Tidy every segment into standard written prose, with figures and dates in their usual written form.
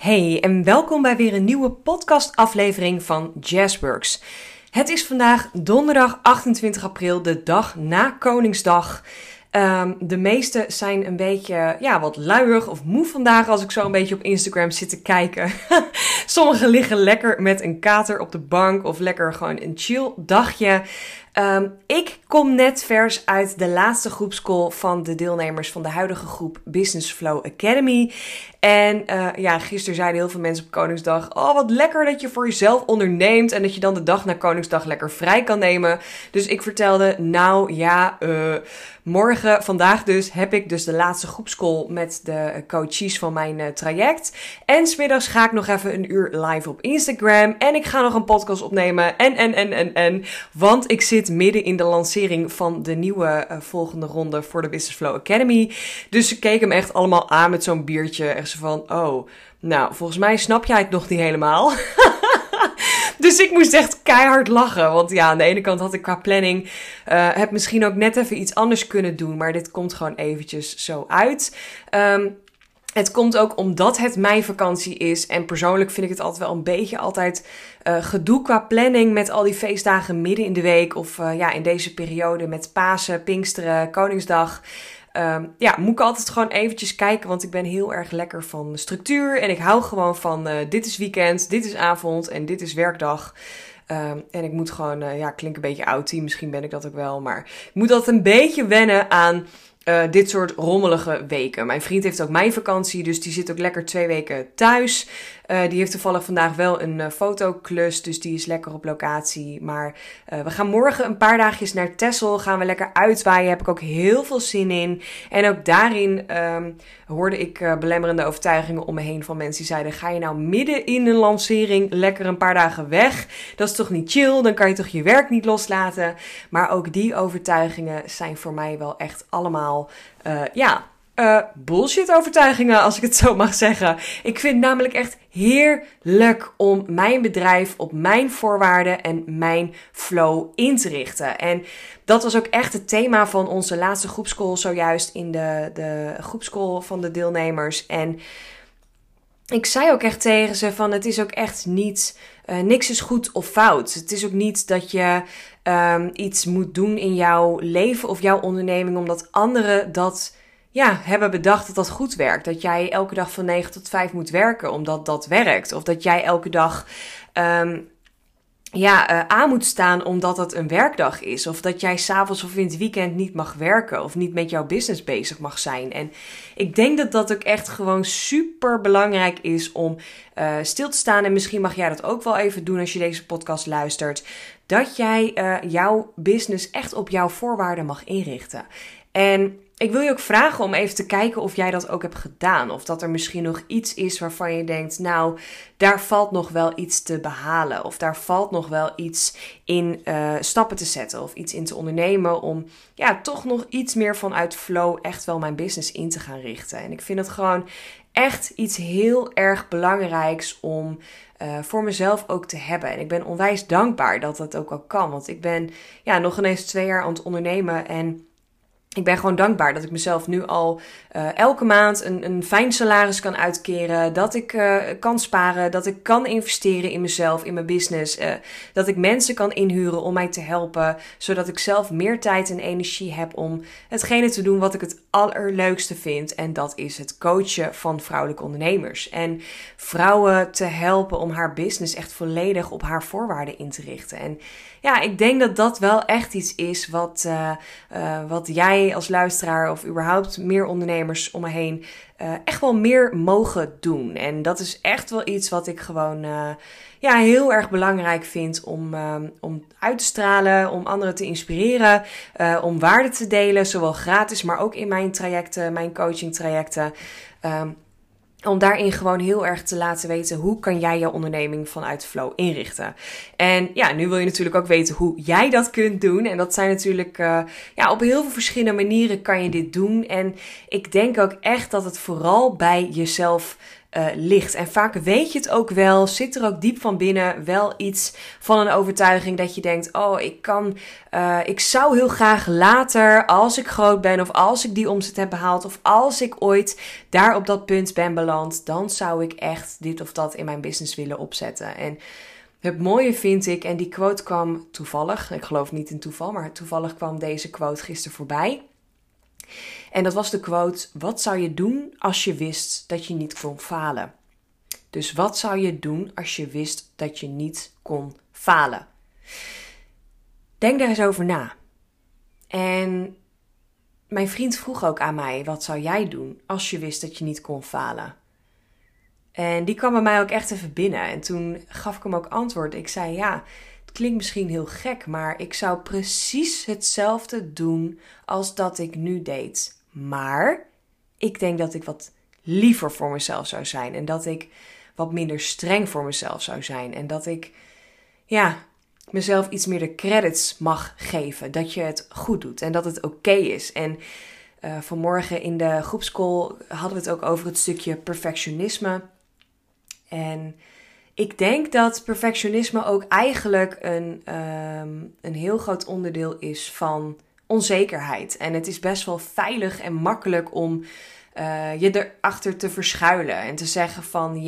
Hey en welkom bij weer een nieuwe podcastaflevering van Jazzworks. Het is vandaag donderdag 28 april, de dag na Koningsdag. De meesten zijn een beetje wat luierig of moe vandaag als ik zo een beetje op Instagram zit te kijken. Sommigen liggen lekker met een kater op de bank of lekker gewoon een chill dagje. Ik kom net vers uit de laatste groepscall van de deelnemers van de huidige groep Business Flow Academy. En gisteren zeiden heel veel mensen op Koningsdag: oh, wat lekker dat je voor jezelf onderneemt en dat je dan de dag na Koningsdag lekker vrij kan nemen. Dus ik vertelde, vandaag dus, heb ik dus de laatste groepscall met de coaches van mijn traject. En 's middags ga ik nog even een uur live op Instagram. En ik ga nog een podcast opnemen. Want ik zit midden in de lancering van de nieuwe volgende ronde voor de Business Flow Academy. Dus ze keken me echt allemaal aan met zo'n biertje. Echt zo van, oh, nou, volgens mij snap jij het nog niet helemaal. Dus ik moest echt keihard lachen. Want ja, aan de ene kant had ik qua planning heb misschien ook net even iets anders kunnen doen. Maar dit komt gewoon eventjes zo uit. Het komt ook omdat het mijn vakantie is. En persoonlijk vind ik het altijd wel een beetje gedoe qua planning met al die feestdagen midden in de week. Of in deze periode met Pasen, Pinksteren, Koningsdag. Moet ik altijd gewoon eventjes kijken, want ik ben heel erg lekker van structuur. En ik hou gewoon van dit is weekend, dit is avond en dit is werkdag. En ik moet gewoon, klinkt een beetje outie, misschien ben ik dat ook wel. Maar ik moet altijd een beetje wennen aan dit soort rommelige weken. Mijn vriend heeft ook mijn vakantie, dus die zit ook lekker 2 weken thuis. Die heeft toevallig vandaag wel een fotoclus, dus die is lekker op locatie. Maar we gaan morgen een paar dagjes naar Texel, gaan we lekker uitwaaien. Heb ik ook heel veel zin in. En ook daarin hoorde ik belemmerende overtuigingen om me heen van mensen die zeiden: ga je nou midden in een lancering lekker een paar dagen weg? Dat is toch niet chill? Dan kan je toch je werk niet loslaten? Maar ook die overtuigingen zijn voor mij wel echt allemaal bullshit overtuigingen, als ik het zo mag zeggen. Ik vind het namelijk echt heerlijk om mijn bedrijf op mijn voorwaarden en mijn flow in te richten. En dat was ook echt het thema van onze laatste groepscall zojuist in de groepscall van de deelnemers. En ik zei ook echt tegen ze van: het is ook echt niet, niks is goed of fout. Het is ook niet dat je iets moet doen in jouw leven of jouw onderneming omdat anderen dat hebben bedacht dat dat goed werkt. Dat jij elke dag van 9 tot 5 moet werken omdat dat werkt. Of dat jij elke dag aan moet staan omdat het een werkdag is. Of dat jij 's avonds of in het weekend niet mag werken of niet met jouw business bezig mag zijn. En ik denk dat dat ook echt gewoon super belangrijk is om stil te staan. En misschien mag jij dat ook wel even doen als je deze podcast luistert. Dat jij jouw business echt op jouw voorwaarden mag inrichten. En ik wil je ook vragen om even te kijken of jij dat ook hebt gedaan. Of dat er misschien nog iets is waarvan je denkt: nou, daar valt nog wel iets te behalen. Of daar valt nog wel iets in stappen te zetten. Of iets in te ondernemen om toch nog iets meer vanuit flow echt wel mijn business in te gaan richten. En ik vind het gewoon echt iets heel erg belangrijks om voor mezelf ook te hebben. En ik ben onwijs dankbaar dat dat ook al kan. Want ik ben nog ineens 2 jaar aan het ondernemen en ik ben gewoon dankbaar dat ik mezelf nu al elke maand een fijn salaris kan uitkeren. Dat ik kan sparen. Dat ik kan investeren in mezelf, in mijn business. Dat ik mensen kan inhuren om mij te helpen. Zodat ik zelf meer tijd en energie heb om hetgene te doen wat ik het allerleukste vind. En dat is het coachen van vrouwelijke ondernemers. En vrouwen te helpen om haar business echt volledig op haar voorwaarden in te richten. En ik denk dat dat wel echt iets is wat jij als luisteraar of überhaupt meer ondernemers om me heen echt wel meer mogen doen. En dat is echt wel iets wat ik gewoon heel erg belangrijk vind om uit te stralen, om anderen te inspireren, om waarde te delen, zowel gratis, maar ook in mijn trajecten, mijn coaching trajecten. Om daarin gewoon heel erg te laten weten hoe kan jij jouw onderneming vanuit flow inrichten. En nu wil je natuurlijk ook weten hoe jij dat kunt doen. En dat zijn natuurlijk op heel veel verschillende manieren kan je dit doen. En ik denk ook echt dat het vooral bij jezelf ligt. En vaak weet je het ook wel, zit er ook diep van binnen wel iets van een overtuiging dat je denkt, ik zou heel graag later, als ik groot ben of als ik die omzet heb behaald of als ik ooit daar op dat punt ben beland, dan zou ik echt dit of dat in mijn business willen opzetten. En het mooie vind ik, en die quote kwam toevallig, ik geloof niet in toeval, maar toevallig kwam deze quote gisteren voorbij. En dat was de quote, wat zou je doen als je wist dat je niet kon falen? Dus wat zou je doen als je wist dat je niet kon falen? Denk daar eens over na. En mijn vriend vroeg ook aan mij, wat zou jij doen als je wist dat je niet kon falen? En die kwam bij mij ook echt even binnen. En toen gaf ik hem ook antwoord. Ik zei, ja, het klinkt misschien heel gek, maar ik zou precies hetzelfde doen als dat ik nu deed. Maar ik denk dat ik wat liever voor mezelf zou zijn. En dat ik wat minder streng voor mezelf zou zijn. En dat ik, mezelf iets meer de credits mag geven. Dat je het goed doet en dat het oké is. En vanmorgen in de groepscall hadden we het ook over het stukje perfectionisme. En ik denk dat perfectionisme ook eigenlijk een heel groot onderdeel is van onzekerheid. En het is best wel veilig en makkelijk om je erachter te verschuilen. En te zeggen van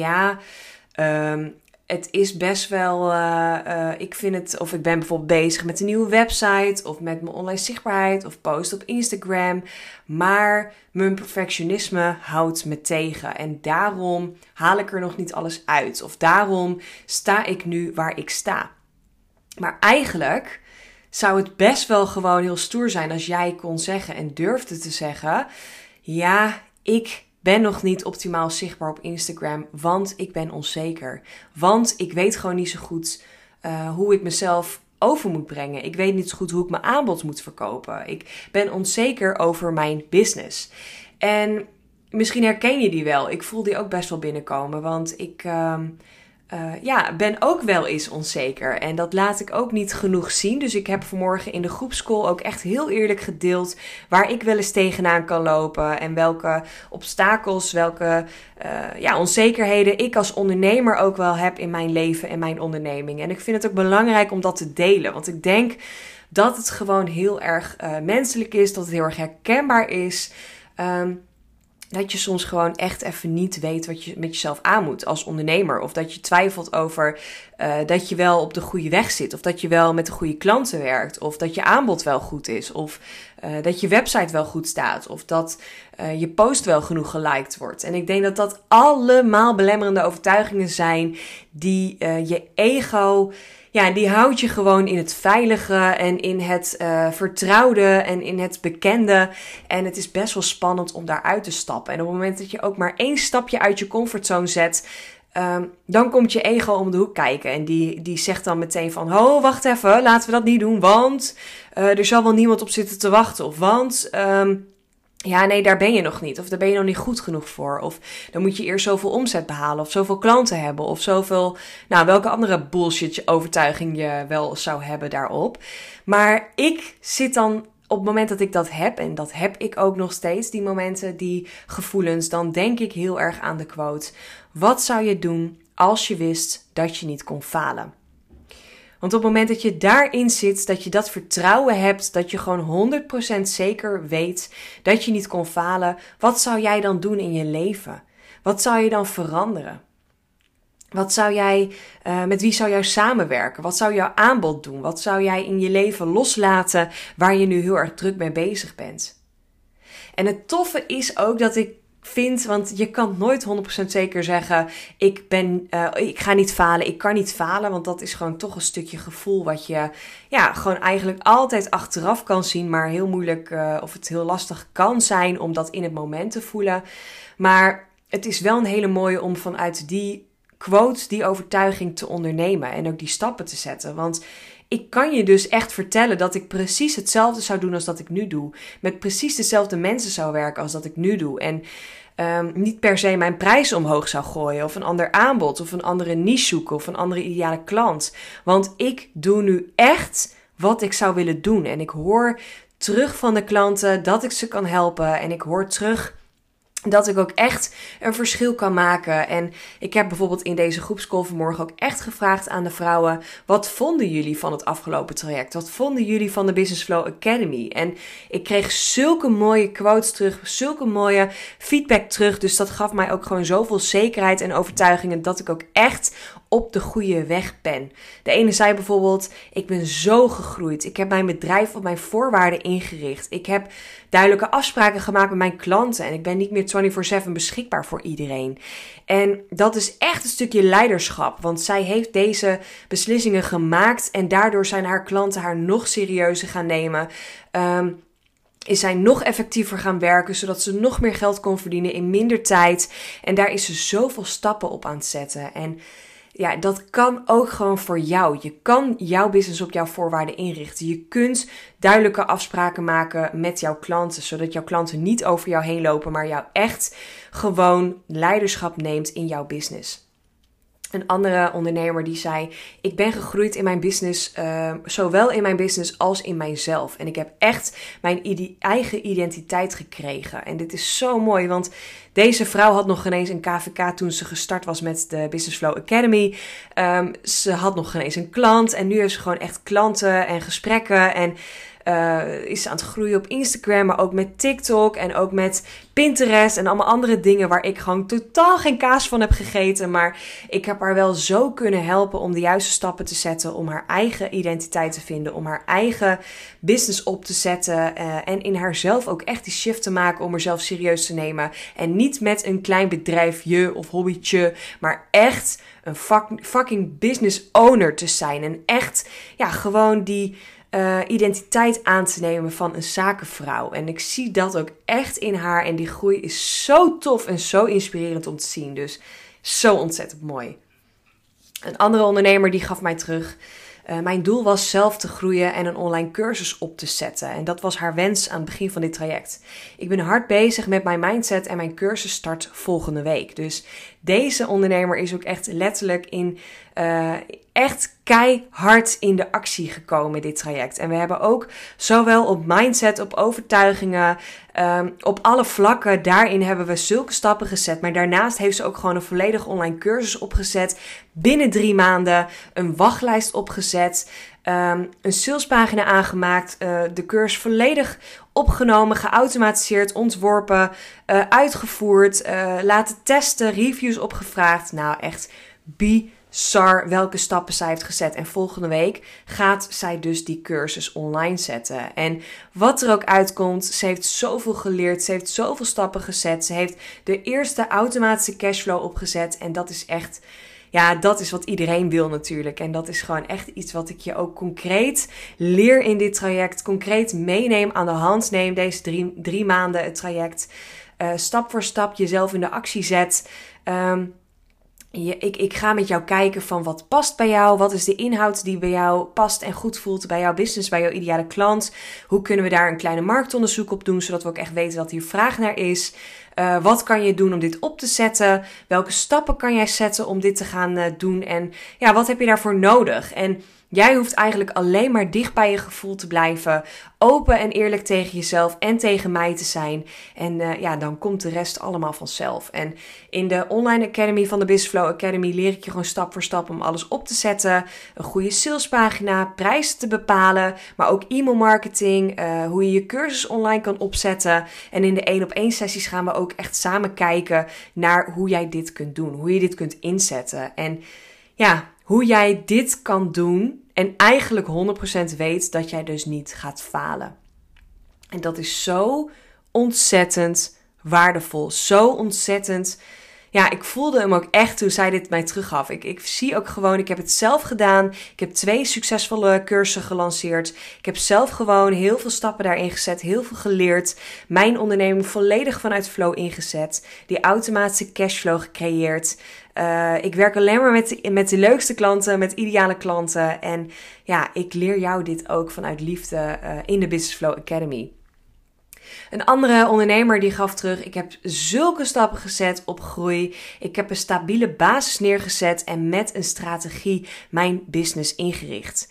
het is best wel, ik vind het, of ik ben bijvoorbeeld bezig met een nieuwe website of met mijn online zichtbaarheid of post op Instagram. Maar mijn perfectionisme houdt me tegen en daarom haal ik er nog niet alles uit. Of daarom sta ik nu waar ik sta. Maar eigenlijk zou het best wel gewoon heel stoer zijn als jij kon zeggen en durfde te zeggen, ja, ik ben nog niet optimaal zichtbaar op Instagram, want ik ben onzeker. Want ik weet gewoon niet zo goed hoe ik mezelf over moet brengen. Ik weet niet zo goed hoe ik mijn aanbod moet verkopen. Ik ben onzeker over mijn business. En misschien herken je die wel. Ik voel die ook best wel binnenkomen, want ik ben ook wel eens onzeker. En dat laat ik ook niet genoeg zien. Dus ik heb vanmorgen in de groepscall ook echt heel eerlijk gedeeld waar ik wel eens tegenaan kan lopen. En welke obstakels, welke onzekerheden ik als ondernemer ook wel heb in mijn leven en mijn onderneming. En ik vind het ook belangrijk om dat te delen. Want ik denk dat het gewoon heel erg menselijk is. Dat het heel erg herkenbaar is. Dat je soms gewoon echt even niet weet wat je met jezelf aan moet als ondernemer. Of dat je twijfelt over dat je wel op de goede weg zit. Of dat je wel met de goede klanten werkt. Of dat je aanbod wel goed is. Of dat je website wel goed staat. Of dat je post wel genoeg geliked wordt. En ik denk dat dat allemaal belemmerende overtuigingen zijn die je ego, die houdt je gewoon in het veilige en in het vertrouwde en in het bekende. En het is best wel spannend om daaruit te stappen. En op het moment dat je ook maar 1 stapje uit je comfortzone zet, dan komt je ego om de hoek kijken. En die zegt dan meteen van, ho, wacht even, laten we dat niet doen, want er zal wel niemand op zitten te wachten. Of want daar ben je nog niet. Of daar ben je nog niet goed genoeg voor. Of dan moet je eerst zoveel omzet behalen. Of zoveel klanten hebben. Of zoveel, welke andere bullshit overtuiging je wel zou hebben daarop. Maar ik zit dan op het moment dat ik dat heb, en dat heb ik ook nog steeds, die momenten, die gevoelens, dan denk ik heel erg aan de quote. Wat zou je doen als je wist dat je niet kon falen? Want op het moment dat je daarin zit, dat je dat vertrouwen hebt, dat je gewoon 100% zeker weet dat je niet kon falen, wat zou jij dan doen in je leven? Wat zou je dan veranderen? Met wie zou jij samenwerken? Wat zou jouw aanbod doen? Wat zou jij in je leven loslaten waar je nu heel erg druk mee bezig bent? En het toffe is ook dat ik vind, want je kan nooit 100% zeker zeggen, ik ga niet falen, ik kan niet falen, want dat is gewoon toch een stukje gevoel wat je gewoon eigenlijk altijd achteraf kan zien, maar heel moeilijk of het heel lastig kan zijn om dat in het moment te voelen. Maar het is wel een hele mooie om vanuit die quote, die overtuiging te ondernemen en ook die stappen te zetten, want ik kan je dus echt vertellen dat ik precies hetzelfde zou doen als dat ik nu doe. Met precies dezelfde mensen zou werken als dat ik nu doe. En niet per se mijn prijs omhoog zou gooien. Of een ander aanbod. Of een andere niche zoeken. Of een andere ideale klant. Want ik doe nu echt wat ik zou willen doen. En ik hoor terug van de klanten dat ik ze kan helpen. En ik hoor terug dat ik ook echt een verschil kan maken. En ik heb bijvoorbeeld in deze groepscall vanmorgen ook echt gevraagd aan de vrouwen: wat vonden jullie van het afgelopen traject? Wat vonden jullie van de Business Flow Academy? En ik kreeg zulke mooie quotes terug, zulke mooie feedback terug. Dus dat gaf mij ook gewoon zoveel zekerheid en overtuigingen dat ik ook echt op de goede weg ben. De ene zei bijvoorbeeld: ik ben zo gegroeid. Ik heb mijn bedrijf op mijn voorwaarden ingericht. Ik heb duidelijke afspraken gemaakt met mijn klanten. En ik ben niet meer 24/7 beschikbaar voor iedereen. En dat is echt een stukje leiderschap. Want zij heeft deze beslissingen gemaakt. En daardoor zijn haar klanten haar nog serieuzer gaan nemen. Is zij nog effectiever gaan werken, zodat ze nog meer geld kon verdienen in minder tijd. En daar is ze zoveel stappen op aan het zetten. En ja, dat kan ook gewoon voor jou. Je kan jouw business op jouw voorwaarden inrichten. Je kunt duidelijke afspraken maken met jouw klanten, zodat jouw klanten niet over jou heen lopen, maar jou echt gewoon leiderschap neemt in jouw business. Een andere ondernemer die zei: ik ben gegroeid in mijn business, zowel in mijn business als in mijzelf. En ik heb echt mijn eigen identiteit gekregen. En dit is zo mooi, want deze vrouw had nog geen eens een KVK toen ze gestart was met de Business Flow Academy. Ze had nog geen eens een klant en nu heeft ze gewoon echt klanten en gesprekken en is aan het groeien op Instagram, maar ook met TikTok en ook met Pinterest en allemaal andere dingen waar ik gewoon totaal geen kaas van heb gegeten. Maar ik heb haar wel zo kunnen helpen om de juiste stappen te zetten, om haar eigen identiteit te vinden, om haar eigen business op te zetten en in haarzelf ook echt die shift te maken om haarzelf serieus te nemen. En niet met een klein bedrijfje of hobbytje, maar echt een fucking business owner te zijn. En echt, ja, gewoon die identiteit aan te nemen van een zakenvrouw. En ik zie dat ook echt in haar. En die groei is zo tof en zo inspirerend om te zien. Dus zo ontzettend mooi. Een andere ondernemer die gaf mij terug: mijn doel was zelf te groeien en een online cursus op te zetten. En dat was haar wens aan het begin van dit traject. Ik ben hard bezig met mijn mindset en mijn cursus start volgende week. Dus deze ondernemer is ook echt letterlijk echt keihard in de actie gekomen in dit traject. En we hebben ook zowel op mindset, op overtuigingen, op alle vlakken, daarin hebben we zulke stappen gezet. Maar daarnaast heeft ze ook gewoon een volledige online cursus opgezet. Binnen 3 maanden een wachtlijst opgezet. Een salespagina aangemaakt. De cursus volledig opgenomen, geautomatiseerd, ontworpen, uitgevoerd. Laten testen, reviews opgevraagd. Nou, echt bizar welke stappen zij heeft gezet. En volgende week gaat zij dus die cursus online zetten. En wat er ook uitkomt, ze heeft zoveel geleerd. Ze heeft zoveel stappen gezet. Ze heeft de eerste automatische cashflow opgezet. En dat is echt, ja, dat is wat iedereen wil natuurlijk. En dat is gewoon echt iets wat ik je ook concreet leer in dit traject. Concreet meeneem, aan de hand neem deze 3 maanden het traject. Stap voor stap jezelf in de actie zet. Ik ga met jou kijken van wat past bij jou. Wat is de inhoud die bij jou past en goed voelt bij jouw business, bij jouw ideale klant. Hoe kunnen we daar een kleine marktonderzoek op doen, zodat we ook echt weten dat hier vraag naar is. Wat kan je doen om dit op te zetten? Welke stappen kan jij zetten om dit te gaan doen? En ja, wat heb je daarvoor nodig? En jij hoeft eigenlijk alleen maar dicht bij je gevoel te blijven. Open en eerlijk tegen jezelf en tegen mij te zijn. En dan komt de rest allemaal vanzelf. En in de online academy van de Business Flow Academy leer ik je gewoon stap voor stap om alles op te zetten. Een goede salespagina, prijzen te bepalen, maar ook e-mailmarketing. Hoe je je cursus online kan opzetten. En in de 1-op-1 sessies gaan we ook echt samen kijken naar hoe jij dit kunt doen. Hoe je dit kunt inzetten. En ja, hoe jij dit kan doen en eigenlijk 100% weet dat jij dus niet gaat falen. En dat is zo ontzettend waardevol. Zo ontzettend. Ja, ik voelde hem ook echt toen zij dit mij teruggaf. Ik zie ook gewoon, ik heb het zelf gedaan. Ik heb 2 succesvolle cursussen gelanceerd. Ik heb zelf gewoon heel veel stappen daarin gezet. Heel veel geleerd. Mijn onderneming volledig vanuit flow ingezet. Die automatische cashflow gecreëerd. Ik werk alleen maar met de leukste klanten, met ideale klanten. En ja, ik leer jou dit ook vanuit liefde in de Business Flow Academy. Een andere ondernemer die gaf terug: ik heb zulke stappen gezet op groei. Ik heb een stabiele basis neergezet en met een strategie mijn business ingericht.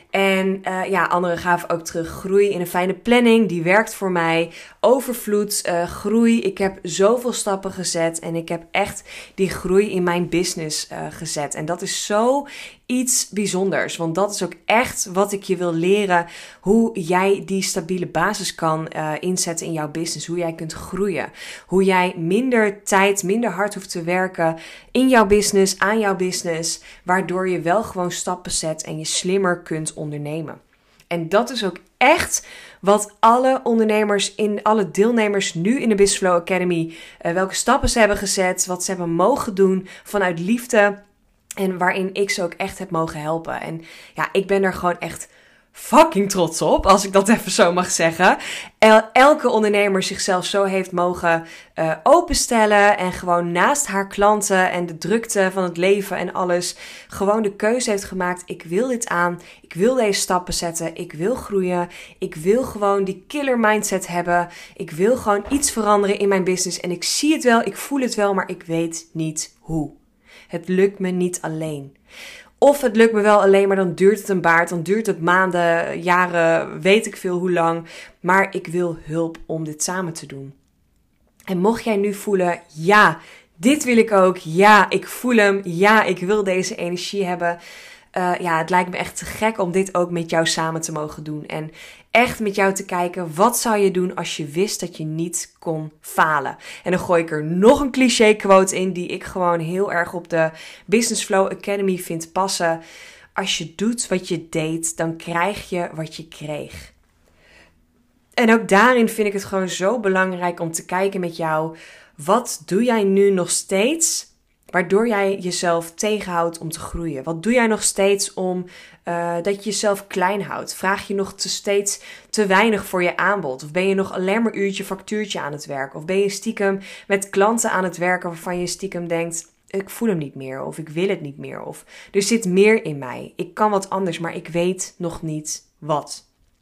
En anderen gaven ook terug groei in een fijne planning. Die werkt voor mij. Overvloed, groei. Ik heb zoveel stappen gezet. En ik heb echt die groei in mijn business gezet. En dat is zo iets bijzonders. Want dat is ook echt wat ik je wil leren. Hoe jij die stabiele basis kan inzetten in jouw business. Hoe jij kunt groeien. Hoe jij minder tijd, minder hard hoeft te werken in jouw business, aan jouw business. Waardoor je wel gewoon stappen zet en je slimmer kunt ondernemen. En dat is ook echt wat alle ondernemers, alle deelnemers nu in de Business Flow Academy, welke stappen ze hebben gezet, wat ze hebben mogen doen vanuit liefde en waarin ik ze ook echt heb mogen helpen. En ja, ik ben er gewoon echt fucking trots op, als ik dat even zo mag zeggen. Elke ondernemer zichzelf zo heeft mogen openstellen en gewoon naast haar klanten en de drukte van het leven en alles gewoon de keuze heeft gemaakt. Ik wil dit aan, ik wil deze stappen zetten, ik wil groeien, ik wil gewoon die killer mindset hebben, ik wil gewoon iets veranderen in mijn business en ik zie het wel, ik voel het wel, maar ik weet niet hoe. Het lukt me niet alleen. Of het lukt me wel alleen, maar dan duurt het een baard, dan duurt het maanden, jaren, weet ik veel hoe lang. Maar ik wil hulp om dit samen te doen. En mocht jij nu voelen, ja, dit wil ik ook. Ja, ik voel hem. Ja, ik wil deze energie hebben. Het lijkt me echt te gek om dit ook met jou samen te mogen doen. En echt met jou te kijken, wat zou je doen als je wist dat je niet kon falen? En dan gooi ik er nog een cliché quote in die ik gewoon heel erg op de Business Flow Academy vind passen. Als je doet wat je deed, dan krijg je wat je kreeg. En ook daarin vind ik het gewoon zo belangrijk om te kijken met jou, wat doe jij nu nog steeds waardoor jij jezelf tegenhoudt om te groeien? Wat doe jij nog steeds om dat je jezelf klein houdt? Vraag je nog steeds te weinig voor je aanbod? Of ben je nog alleen maar uurtje factuurtje aan het werken? Of ben je stiekem met klanten aan het werken waarvan je stiekem denkt, ik voel hem niet meer of ik wil het niet meer of er zit meer in mij. Ik kan wat anders, maar ik weet nog niet wat.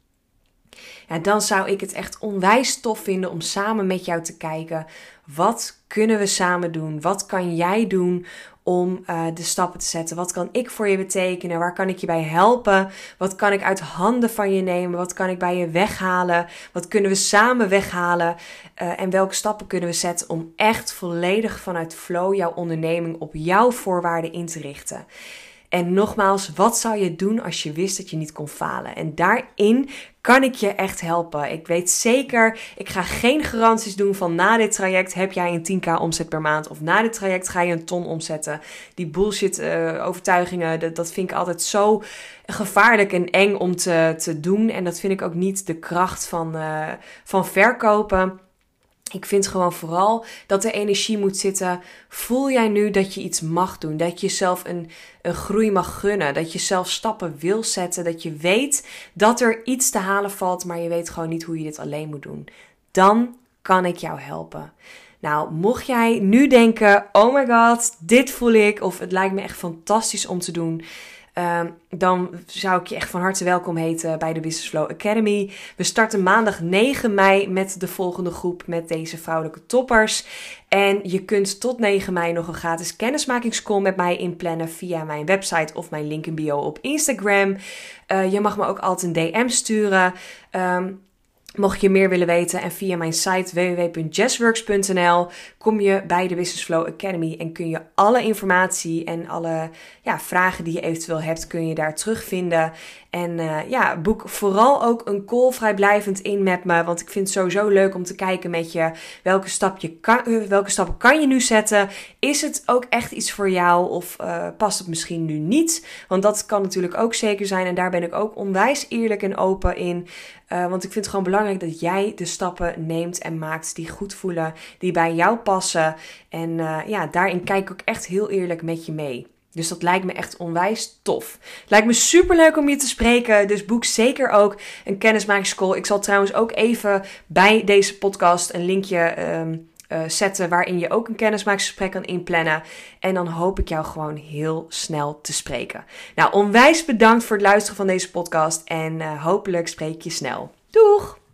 Ja, dan zou ik het echt onwijs tof vinden om samen met jou te kijken, wat kunnen we samen doen? Wat kan jij doen om de stappen te zetten? Wat kan ik voor je betekenen? Waar kan ik je bij helpen? Wat kan ik uit handen van je nemen? Wat kan ik bij je weghalen? Wat kunnen we samen weghalen? En welke stappen kunnen we zetten om echt volledig vanuit flow jouw onderneming op jouw voorwaarden in te richten? En nogmaals, wat zou je doen als je wist dat je niet kon falen? En daarin kan ik je echt helpen. Ik weet zeker, ik ga geen garanties doen van na dit traject heb jij een 10.000 omzet per maand. Of na dit traject ga je een ton omzetten. Die bullshit overtuigingen, dat vind ik altijd zo gevaarlijk en eng om te doen. En dat vind ik ook niet de kracht van verkopen. Ik vind gewoon vooral dat de energie moet zitten. Voel jij nu dat je iets mag doen? Dat je jezelf een groei mag gunnen? Dat je zelf stappen wil zetten? Dat je weet dat er iets te halen valt, maar je weet gewoon niet hoe je dit alleen moet doen? Dan kan ik jou helpen. Nou, mocht jij nu denken, oh my god, dit voel ik, of het lijkt me echt fantastisch om te doen, dan zou ik je echt van harte welkom heten bij de Business Flow Academy. We starten maandag 9 mei met de volgende groep met deze vrouwelijke toppers. En je kunt tot 9 mei nog een gratis kennismakingscall met mij inplannen via mijn website of mijn link in bio op Instagram. Je mag me ook altijd een DM sturen. Mocht je meer willen weten en via mijn site www.jazzworks.nl kom je bij de Business Flow Academy en kun je alle informatie en alle vragen die je eventueel hebt, kun je daar terugvinden. En boek vooral ook een call vrijblijvend in met me, want ik vind het sowieso leuk om te kijken met je welke stappen kan je nu zetten. Is het ook echt iets voor jou of past het misschien nu niet? Want dat kan natuurlijk ook zeker zijn en daar ben ik ook onwijs eerlijk en open in. Want ik vind het gewoon belangrijk dat jij de stappen neemt en maakt die goed voelen, die bij jou passen. En daarin kijk ik ook echt heel eerlijk met je mee. Dus dat lijkt me echt onwijs tof. Het lijkt me super leuk om je te spreken. Dus boek zeker ook een kennismakingscall. Ik zal trouwens ook even bij deze podcast een linkje zetten waarin je ook een kennismakingsgesprek kan inplannen. En dan hoop ik jou gewoon heel snel te spreken. Nou, onwijs bedankt voor het luisteren van deze podcast. En hopelijk spreek je snel. Doeg!